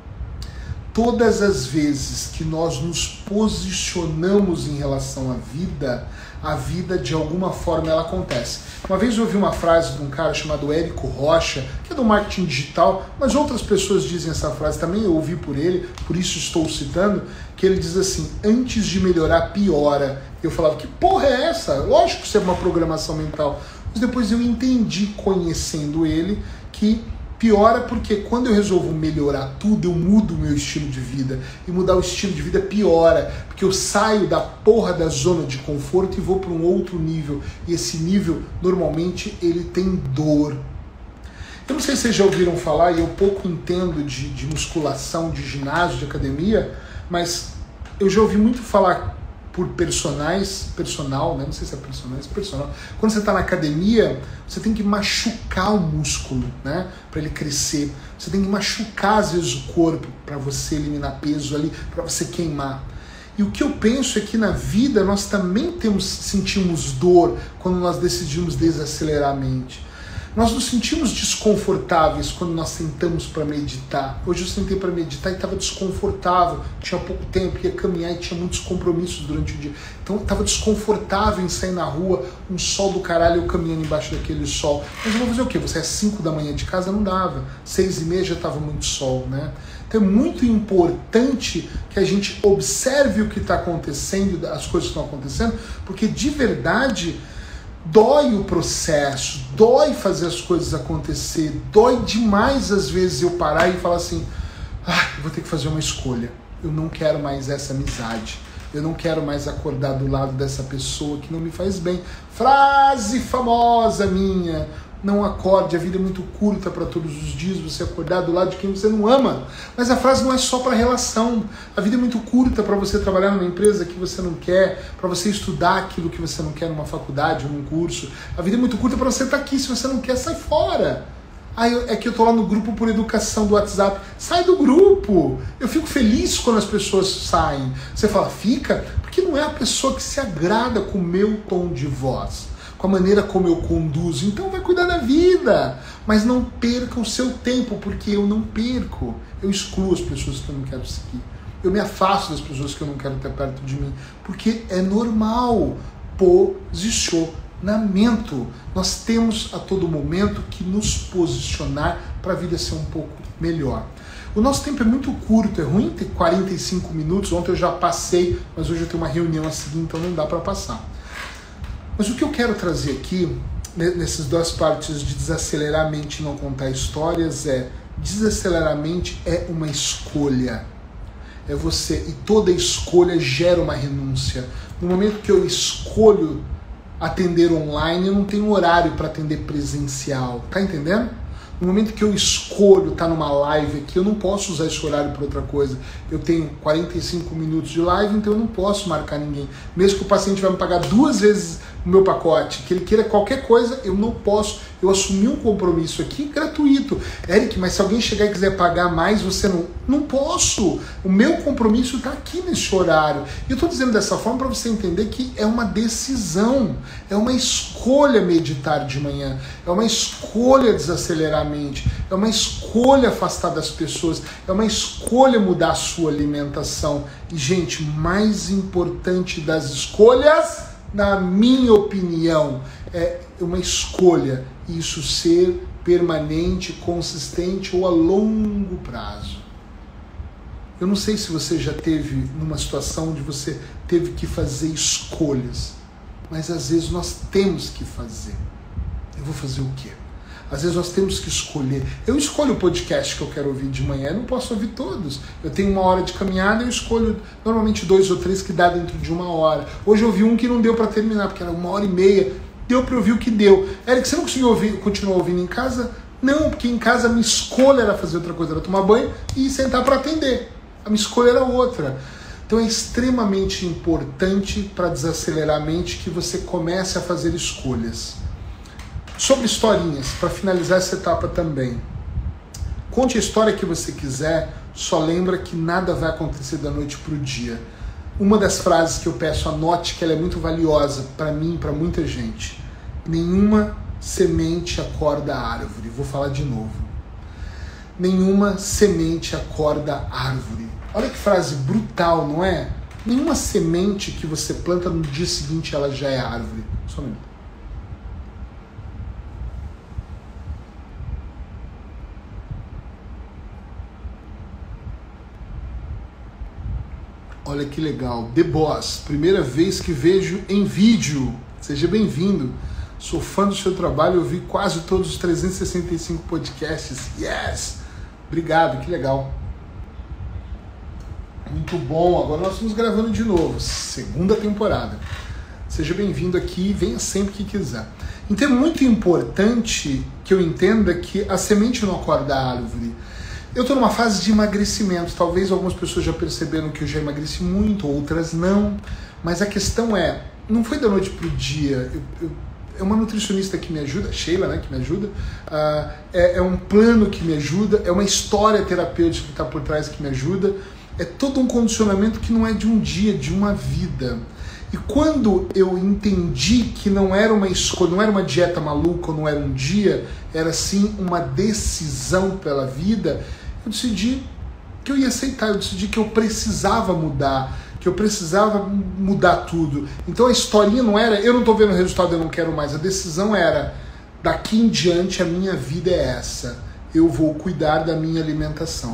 Todas as vezes que nós nos posicionamos em relação a vida de alguma forma ela acontece. Uma vez eu ouvi uma frase de um cara chamado Érico Rocha, que é do marketing digital, mas outras pessoas dizem essa frase também, eu ouvi por ele, por isso estou citando, que ele diz assim, antes de melhorar, piora. Eu falava, que porra é essa? Lógico que isso é uma programação mental. Mas depois eu entendi, conhecendo ele, que piora porque quando eu resolvo melhorar tudo, eu mudo o meu estilo de vida. E mudar o estilo de vida piora, porque eu saio da porra da zona de conforto e vou para um outro nível. E esse nível, normalmente, ele tem dor. Eu não sei se vocês já ouviram falar, e eu pouco entendo de musculação, de ginásio, de academia, mas eu já ouvi muito falar por personal, né? Não sei se é personal. Quando você está na academia, você tem que machucar o músculo, né? Para ele crescer. Você tem que machucar, às vezes, o corpo para você eliminar peso ali, para você queimar. E o que eu penso é que na vida nós também sentimos dor quando nós decidimos desacelerar a mente. Nós nos sentimos desconfortáveis quando nós sentamos para meditar. Hoje eu sentei para meditar e estava desconfortável. Tinha pouco tempo, ia caminhar e tinha muitos compromissos durante o dia. Então estava desconfortável em sair na rua, um sol do caralho, eu caminhando embaixo daquele sol. Mas eu vou fazer o quê? Você é 5 da manhã de casa? Não dava. 6:30 já estava muito sol, né? Então é muito importante que a gente observe o que está acontecendo, as coisas que estão acontecendo, porque de verdade dói o processo, dói fazer as coisas acontecer, dói demais às vezes eu parar e falar assim, vou ter que fazer uma escolha, eu não quero mais essa amizade, eu não quero mais acordar do lado dessa pessoa que não me faz bem. Frase famosa minha, não acorde, a vida é muito curta para todos os dias você acordar do lado de quem você não ama. Mas a frase não é só para relação, a vida é muito curta para você trabalhar numa empresa que você não quer, para você estudar aquilo que você não quer numa faculdade ou num curso. A vida é muito curta para você estar aqui, se você não quer, sai fora. É que eu tô lá no grupo por educação do WhatsApp. Sai do grupo! Eu fico feliz quando as pessoas saem. Você fala, fica? Porque não é a pessoa que se agrada com o meu tom de voz, com a maneira como eu conduzo. Então vai cuidar da vida. Mas não perca o seu tempo, porque eu não perco. Eu excluo as pessoas que eu não quero seguir. Eu me afasto das pessoas que eu não quero ter perto de mim. Porque é normal. Posicionamento. Nós temos a todo momento que nos posicionar para a vida ser um pouco melhor. O nosso tempo é muito curto, é ruim ter 45 minutos. Ontem eu já passei, mas hoje eu tenho uma reunião a seguir, então não dá para passar. Mas o que eu quero trazer aqui, nessas duas partes de desacelerar a mente e não contar histórias, desacelerar a mente é uma escolha. É você, e toda escolha gera uma renúncia. No momento que eu escolho atender online, eu não tenho horário para atender presencial, tá entendendo? No momento que eu escolho estar numa live aqui, eu não posso usar esse horário para outra coisa. Eu tenho 45 minutos de live, então eu não posso marcar ninguém. Mesmo que o paciente vai me pagar 2 vezes o meu pacote, que ele queira qualquer coisa, eu não posso. Eu assumi um compromisso aqui gratuito. Eric, mas se alguém chegar e quiser pagar mais, você não... Não posso. O meu compromisso está aqui nesse horário. E eu estou dizendo dessa forma para você entender que é uma decisão. É uma escolha meditar de manhã. É uma escolha desacelerar a mente. É uma escolha afastar das pessoas. É uma escolha mudar a sua alimentação. E, gente, mais importante das escolhas, na minha opinião, é uma escolha. Isso ser permanente, consistente ou a longo prazo. Eu não sei se você já teve numa situação onde você teve que fazer escolhas, mas às vezes nós temos que fazer. Eu vou fazer o quê? Às vezes nós temos que escolher. Eu escolho o podcast que eu quero ouvir de manhã, eu não posso ouvir todos. Eu tenho 1 hora de caminhada, eu escolho normalmente 2 ou 3 que dá dentro de 1 hora. Hoje eu ouvi um que não deu para terminar, porque era 1h30. Deu para ouvir o que deu. Eric, você não conseguiu continuar ouvindo em casa? Não, porque em casa a minha escolha era fazer outra coisa, era tomar banho e sentar para atender. A minha escolha era outra. Então é extremamente importante para desacelerar a mente que você comece a fazer escolhas. Sobre historinhas, para finalizar essa etapa também. Conte a história que você quiser, só lembra que nada vai acontecer da noite para o dia. Uma das frases que eu peço, anote que ela é muito valiosa para mim e para muita gente. Nenhuma semente acorda a árvore. Vou falar de novo. Nenhuma semente acorda a árvore. Olha que frase brutal, não é? Nenhuma semente que você planta no dia seguinte ela já é árvore. Só um minuto. Olha que legal. The Boss, primeira vez que vejo em vídeo. Seja bem-vindo. Sou fã do seu trabalho, eu vi quase todos os 365 podcasts. Yes! Obrigado, que legal. Muito bom. Agora nós estamos gravando de novo. 2ª temporada. Seja bem-vindo aqui e venha sempre que quiser. Então é muito importante que eu entenda que a semente não acorda a árvore. Eu estou numa fase de emagrecimento. Talvez algumas pessoas já perceberam que eu já emagreci muito, outras não. Mas a questão não foi da noite para o dia. É uma nutricionista que me ajuda, Sheila, né, que me ajuda. É um plano que me ajuda. É uma história terapêutica que está por trás que me ajuda. É todo um condicionamento que não é de um dia, de uma vida. E quando eu entendi que não era uma escolha, não era uma dieta maluca, não era um dia, era sim uma decisão pela vida, eu decidi que eu ia aceitar, eu decidi que eu precisava mudar, que eu precisava mudar tudo. Então a historinha não era, eu não estou vendo o resultado, eu não quero mais. A decisão era, daqui em diante a minha vida é essa. Eu vou cuidar da minha alimentação.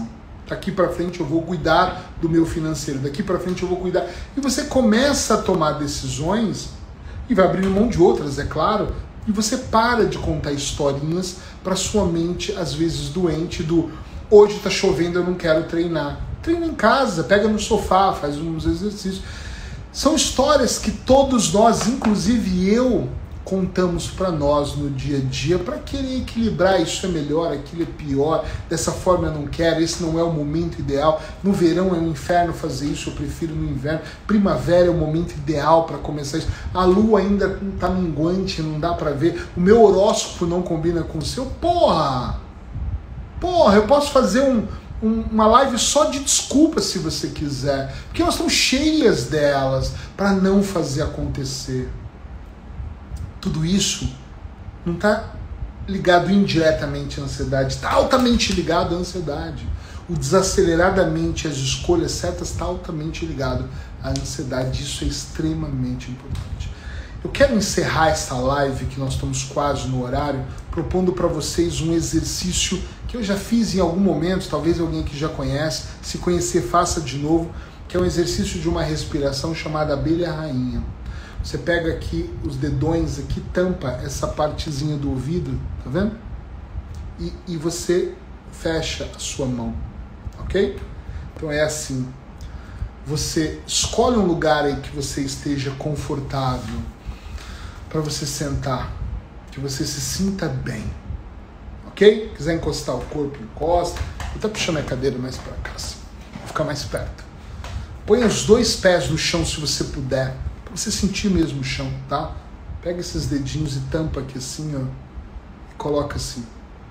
Daqui para frente eu vou cuidar do meu financeiro, daqui para frente eu vou cuidar. E você começa a tomar decisões e vai abrindo mão de outras, é claro, e você para de contar historinhas para sua mente, às vezes doente, do hoje tá chovendo, eu não quero treinar. Treina em casa, pega no sofá, faz uns exercícios. São histórias que todos nós, inclusive eu, contamos para nós no dia a dia para querer equilibrar, isso é melhor, aquilo é pior, dessa forma eu não quero, esse não é o momento ideal, no verão é um inferno fazer isso, eu prefiro no inverno, primavera é o momento ideal para começar isso, a lua ainda está minguante, não dá para ver, o meu horóscopo não combina com o seu, porra, eu posso fazer uma live só de desculpas se você quiser, porque nós estamos cheias delas para não fazer acontecer. Tudo isso não está ligado indiretamente à ansiedade, está altamente ligado à ansiedade. O desacelerar da mente, as escolhas certas, está altamente ligado à ansiedade. Isso é extremamente importante. Eu quero encerrar essa live, que nós estamos quase no horário, propondo para vocês um exercício que eu já fiz em algum momento, talvez alguém aqui já conhece, se conhecer, faça de novo, que é um exercício de uma respiração chamada abelha rainha. Você pega aqui os dedões, aqui tampa essa partezinha do ouvido, tá vendo? E você fecha a sua mão, ok? Então é assim, você escolhe um lugar aí que você esteja confortável para você sentar, que você se sinta bem, ok? Quiser encostar o corpo, encosta. Vou até puxar minha cadeira mais para cá, assim, vou ficar mais perto. Põe os dois pés no chão se você puder, você sentir mesmo o chão, tá? Pega esses dedinhos e tampa aqui assim, ó, e coloca assim.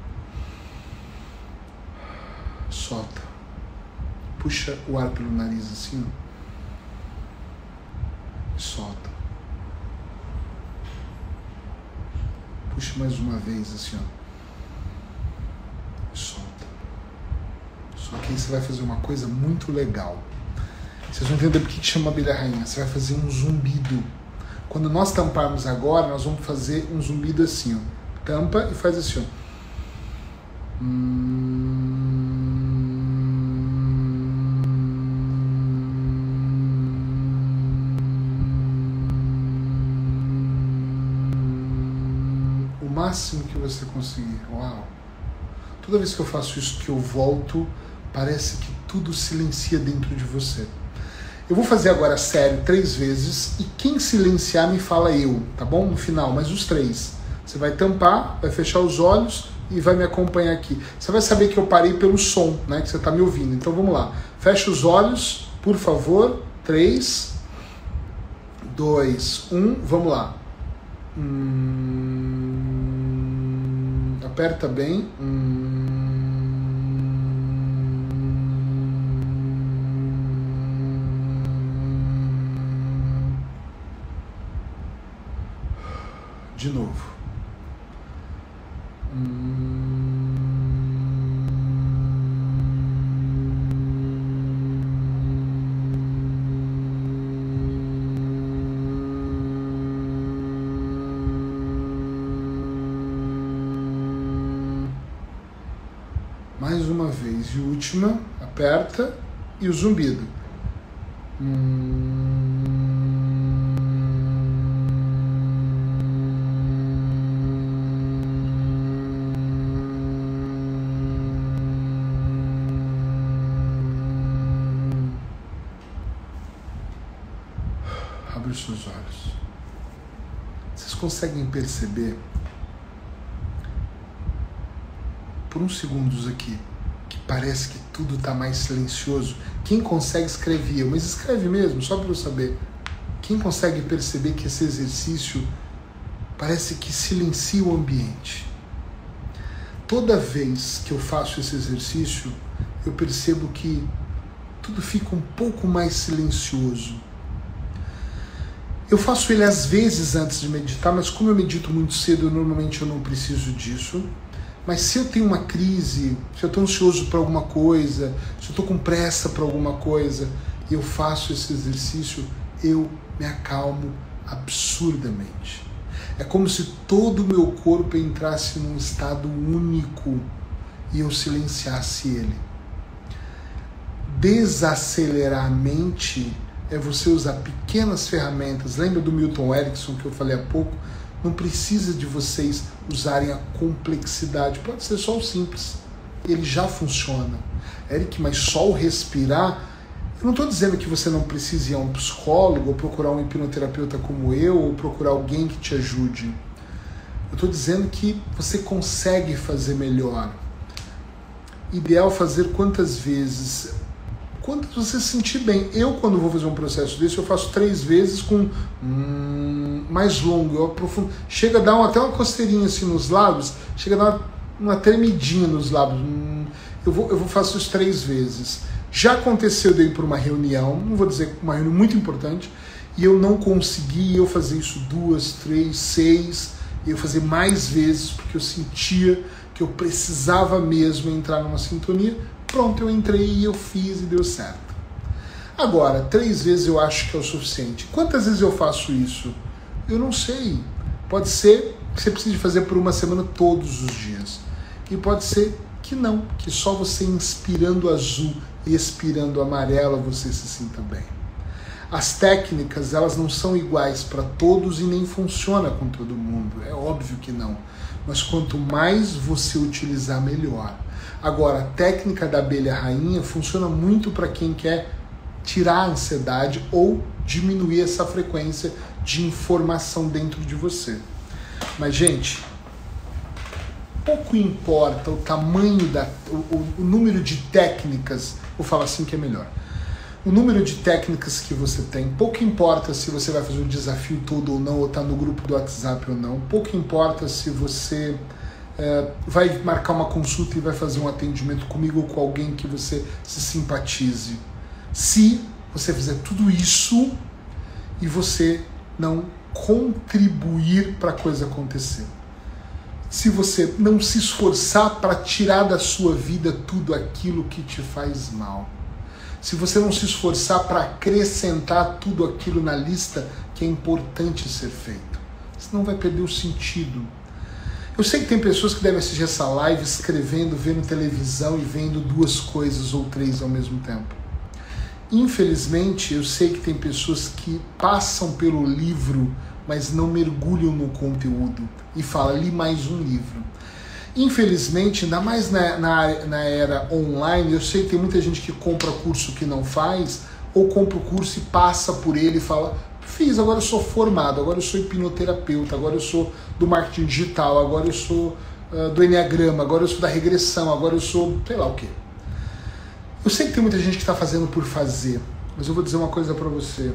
Solta. Puxa o ar pelo nariz assim, ó. E solta. Puxa mais uma vez assim, ó. E solta. Só que aí você vai fazer uma coisa muito legal. Vocês vão entender por que chama abelha rainha. Você vai fazer um zumbido. Quando nós tamparmos agora, nós vamos fazer um zumbido assim, ó. Tampa e faz assim, ó. O máximo que você conseguir. Uau! Toda vez que eu faço isso, que eu volto, parece que tudo silencia dentro de você. Eu vou fazer agora sério 3 vezes e quem silenciar me fala eu, tá bom? No final, mas os 3. Você vai tampar, vai fechar os olhos e vai me acompanhar aqui. Você vai saber que eu parei pelo som, né? Que você tá me ouvindo. Então vamos lá. Fecha os olhos, por favor. 3, 2, 1. Vamos lá. Aperta bem. De novo. Mais uma vez. E última. Aperta. E o zumbido. Abre os seus olhos. Vocês conseguem perceber, por uns segundos aqui, que parece que tudo está mais silencioso? Quem consegue escrever, mas escreve mesmo, só para eu saber. Quem consegue perceber que esse exercício parece que silencia o ambiente? Toda vez que eu faço esse exercício, eu percebo que tudo fica um pouco mais silencioso. Eu faço ele às vezes antes de meditar, mas como eu medito muito cedo, normalmente eu não preciso disso. Mas se eu tenho uma crise, se eu estou ansioso por alguma coisa, se eu estou com pressa por alguma coisa, e eu faço esse exercício, eu me acalmo absurdamente. É como se todo o meu corpo entrasse num estado único e eu silenciasse ele. Desacelerar a mente é você usar pequenas ferramentas. Lembra do Milton Erickson que eu falei há pouco? Não precisa de vocês usarem a complexidade, pode ser só o simples. Ele já funciona. Eric, mas só o respirar... Eu não estou dizendo que você não precise ir a um psicólogo, ou procurar um hipnoterapeuta como eu, ou procurar alguém que te ajude. Eu estou dizendo que você consegue fazer melhor. Ideal fazer quantas vezes? Quando você se sentir bem. Eu, quando vou fazer um processo desse, eu faço 3 vezes com mais longo. Eu aprofundo. Chega a dar até uma costeirinha assim nos lábios, chega a dar uma tremidinha nos lábios. Eu faço isso 3 vezes. Já aconteceu de eu ir para uma reunião, não vou dizer uma reunião muito importante, e eu não consegui, eu fazer isso 2, 3, 6, e eu fazer mais vezes, porque eu sentia que eu precisava mesmo entrar numa sintonia. Pronto, eu entrei e eu fiz e deu certo. Agora, 3 vezes eu acho que é o suficiente. Quantas vezes eu faço isso? Eu não sei. Pode ser que você precise fazer por uma semana todos os dias. E pode ser que não, que só você inspirando azul e expirando amarelo você se sinta bem. As técnicas, elas não são iguais para todos e nem funciona com todo mundo. É óbvio que não. Mas quanto mais você utilizar, melhor. Agora, a técnica da abelha rainha funciona muito para quem quer tirar a ansiedade ou diminuir essa frequência de informação dentro de você. Mas, gente, pouco importa o tamanho, o número de técnicas, vou falar assim que é melhor. O número de técnicas que você tem, pouco importa se você vai fazer o desafio todo ou não, ou está no grupo do WhatsApp ou não, pouco importa se você vai marcar uma consulta e vai fazer um atendimento comigo ou com alguém que você se simpatize. Se você fizer tudo isso e você não contribuir para a coisa acontecer. Se você não se esforçar para tirar da sua vida tudo aquilo que te faz mal. Se você não se esforçar para acrescentar tudo aquilo na lista que é importante ser feito. Senão vai perder o sentido. Eu sei que tem pessoas que devem assistir essa live escrevendo, vendo televisão e vendo 2 coisas ou 3 ao mesmo tempo. Infelizmente, eu sei que tem pessoas que passam pelo livro, mas não mergulham no conteúdo e falam, li mais um livro. Infelizmente, ainda mais na era online, eu sei que tem muita gente que compra curso que não faz, ou compra o curso e passa por ele e fala, fiz, agora eu sou formado, agora eu sou hipnoterapeuta, agora eu sou do marketing digital, agora eu sou do enneagrama, agora eu sou da regressão, agora eu sou sei lá o quê. Eu sei que tem muita gente que está fazendo por fazer, mas eu vou dizer uma coisa para você.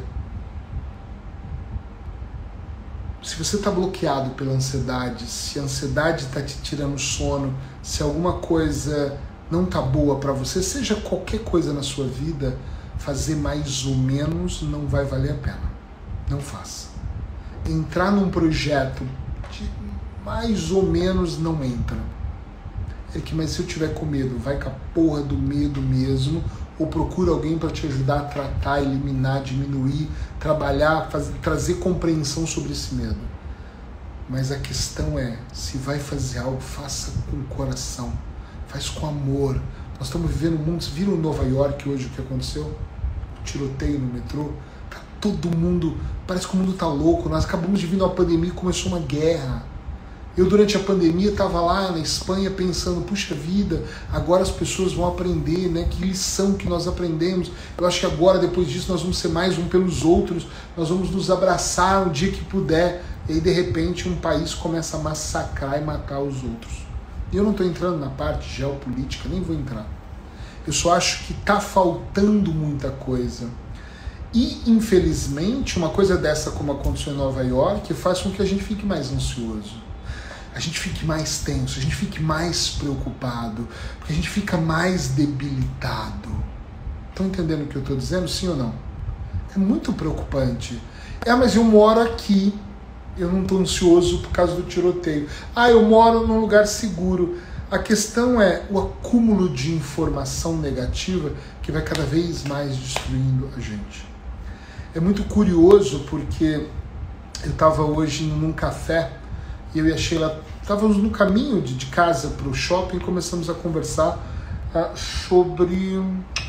Se você está bloqueado pela ansiedade, se a ansiedade está te tirando sono, se alguma coisa não está boa para você, seja qualquer coisa na sua vida, fazer mais ou menos não vai valer a pena. Não faça. Entrar num projeto de mais ou menos não entra. É que, mas se eu tiver com medo, vai com a porra do medo mesmo, ou procura alguém para te ajudar a tratar, eliminar, diminuir, trabalhar, trazer compreensão sobre esse medo. Mas a questão é, se vai fazer algo, faça com o coração, faz com amor. Nós estamos vivendo um mundo, vocês viram em Nova York hoje o que aconteceu? Tiroteio no metrô, tá todo mundo, parece que o mundo tá louco, nós acabamos de vir numa pandemia e começou uma guerra. Eu, durante a pandemia, estava lá na Espanha pensando, puxa vida, agora as pessoas vão aprender, né? Que lição que nós aprendemos. Eu acho que agora, depois disso, nós vamos ser mais um pelos outros, nós vamos nos abraçar o dia que puder. E aí, de repente, um país começa a massacrar e matar os outros. E eu não estou entrando na parte geopolítica, nem vou entrar. Eu só acho que está faltando muita coisa. E, infelizmente, uma coisa dessa, como aconteceu em Nova York, faz com que a gente fique mais ansioso. A gente fique mais tenso, a gente fique mais preocupado, porque a gente fica mais debilitado. Estão entendendo o que eu estou dizendo, sim ou não? É muito preocupante. Mas eu moro aqui, eu não estou ansioso por causa do tiroteio. Eu moro num lugar seguro. A questão é o acúmulo de informação negativa que vai cada vez mais destruindo a gente. É muito curioso porque eu estava hoje num café e eu e a Sheila estávamos no caminho de casa para o shopping, começamos a conversar sobre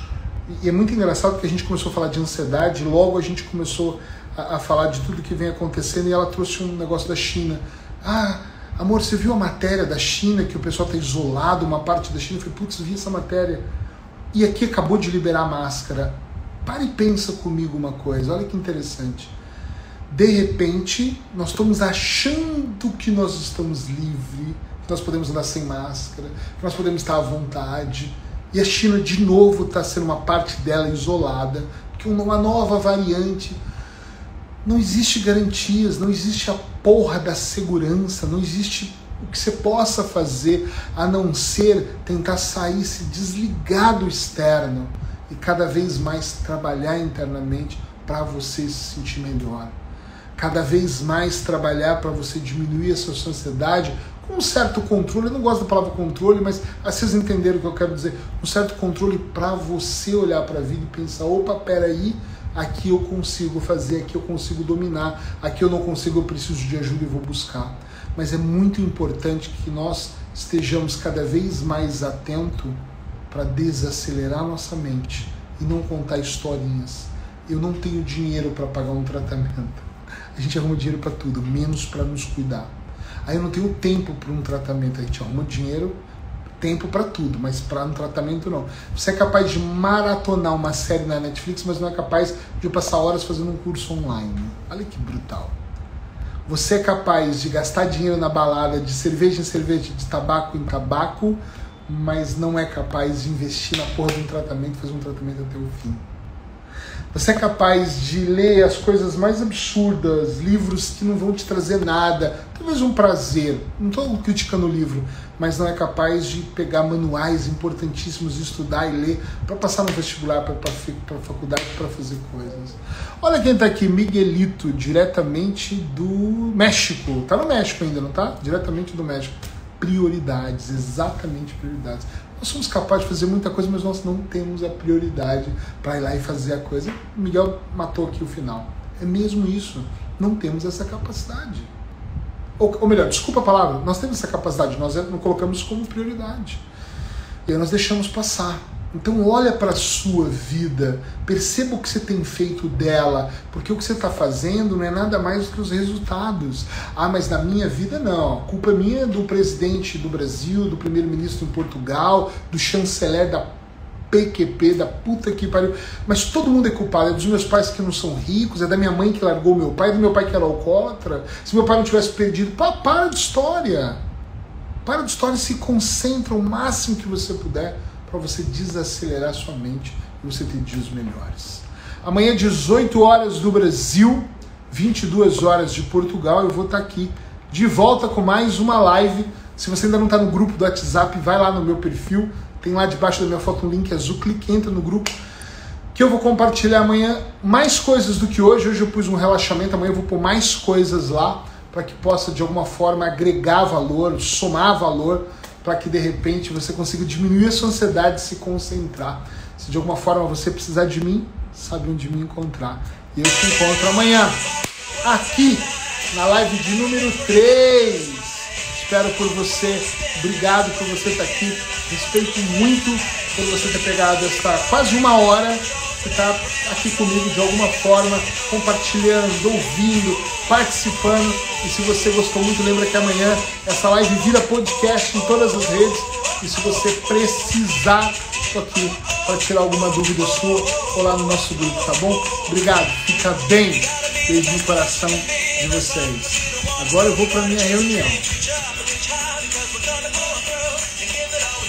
E é muito engraçado que a gente começou a falar de ansiedade, logo a gente começou a falar de tudo que vem acontecendo, e ela trouxe um negócio da China. Ah, amor, você viu a matéria da China, que o pessoal está isolado, uma parte da China? Eu falei, putz, vi essa matéria. E aqui acabou de liberar a máscara. Para e pensa comigo uma coisa, olha que interessante. De repente, nós estamos achando que nós estamos livres, que nós podemos andar sem máscara, que nós podemos estar à vontade. E a China, de novo, está sendo uma parte dela isolada, porque uma nova variante. Não existe garantias, não existe a porra da segurança, não existe o que você possa fazer a não ser tentar sair, se desligar do externo e cada vez mais trabalhar internamente para você se sentir melhor. Cada vez mais trabalhar para você diminuir a sua ansiedade com um certo controle. Eu não gosto da palavra controle, mas vocês entenderam o que eu quero dizer. Um certo controle para você olhar para a vida e pensar, opa, peraí, aqui eu consigo fazer, aqui eu consigo dominar, aqui eu não consigo, eu preciso de ajuda e vou buscar. Mas é muito importante que nós estejamos cada vez mais atentos para desacelerar nossa mente e não contar historinhas. Eu não tenho dinheiro para pagar um tratamento. A gente arruma dinheiro para tudo, menos para nos cuidar. Aí eu não tenho tempo para um tratamento, a gente arruma dinheiro, tempo para tudo, mas para um tratamento não. Você é capaz de maratonar uma série na Netflix, mas não é capaz de passar horas fazendo um curso online. Olha que brutal. Você é capaz de gastar dinheiro na balada, de cerveja em cerveja, de tabaco em tabaco, mas não é capaz de investir na porra de um tratamento, fazer um tratamento até o fim. Você é capaz de ler as coisas mais absurdas, livros que não vão te trazer nada, talvez um prazer, não estou criticando o livro, mas não é capaz de pegar manuais importantíssimos, estudar e ler para passar no vestibular, para a faculdade, para fazer coisas. Olha quem está aqui, Miguelito, diretamente do México. Está no México ainda, não está? Diretamente do México. Prioridades, exatamente prioridades. Nós somos capazes de fazer muita coisa, mas nós não temos a prioridade para ir lá e fazer a coisa. O Miguel matou aqui o final. É mesmo isso. Não temos essa capacidade. Ou melhor, desculpa a palavra, nós temos essa capacidade, nós não colocamos como prioridade. E aí nós deixamos passar. Então olha para a sua vida, perceba o que você tem feito dela, porque o que você está fazendo não é nada mais do que os resultados. Ah, mas na minha vida não, a culpa é minha, do presidente do Brasil, do primeiro-ministro em Portugal, do chanceler da PQP, da puta que pariu. Mas todo mundo é culpado, é dos meus pais que não são ricos, é da minha mãe que largou meu pai, é do meu pai que era alcoólatra. Se meu pai não tivesse perdido, para de história. Para de história e se concentra o máximo que você puder para você desacelerar sua mente e você ter dias melhores. Amanhã, 18 horas do Brasil, 22 horas de Portugal, eu vou estar aqui de volta com mais uma live. Se você ainda não está no grupo do WhatsApp, vai lá no meu perfil, tem lá debaixo da minha foto um link azul, clique, entra no grupo, que eu vou compartilhar amanhã mais coisas do que hoje. Hoje eu pus um relaxamento, amanhã eu vou pôr mais coisas lá, para que possa de alguma forma agregar valor, somar valor, para que de repente você consiga diminuir a sua ansiedade e se concentrar. Se de alguma forma você precisar de mim, sabe onde me encontrar. E eu te encontro amanhã, aqui, na live de número 3. Espero por você, obrigado por você estar aqui. Respeito muito por você ter pegado esta quase uma hora, você está aqui comigo de alguma forma, compartilhando, ouvindo, participando. E se você gostou muito, lembra que amanhã essa live vira podcast em todas as redes. E se você precisar, estou aqui para tirar alguma dúvida sua ou lá no nosso grupo, tá bom? Obrigado, fica bem. Beijo no coração de vocês. Agora eu vou para minha reunião.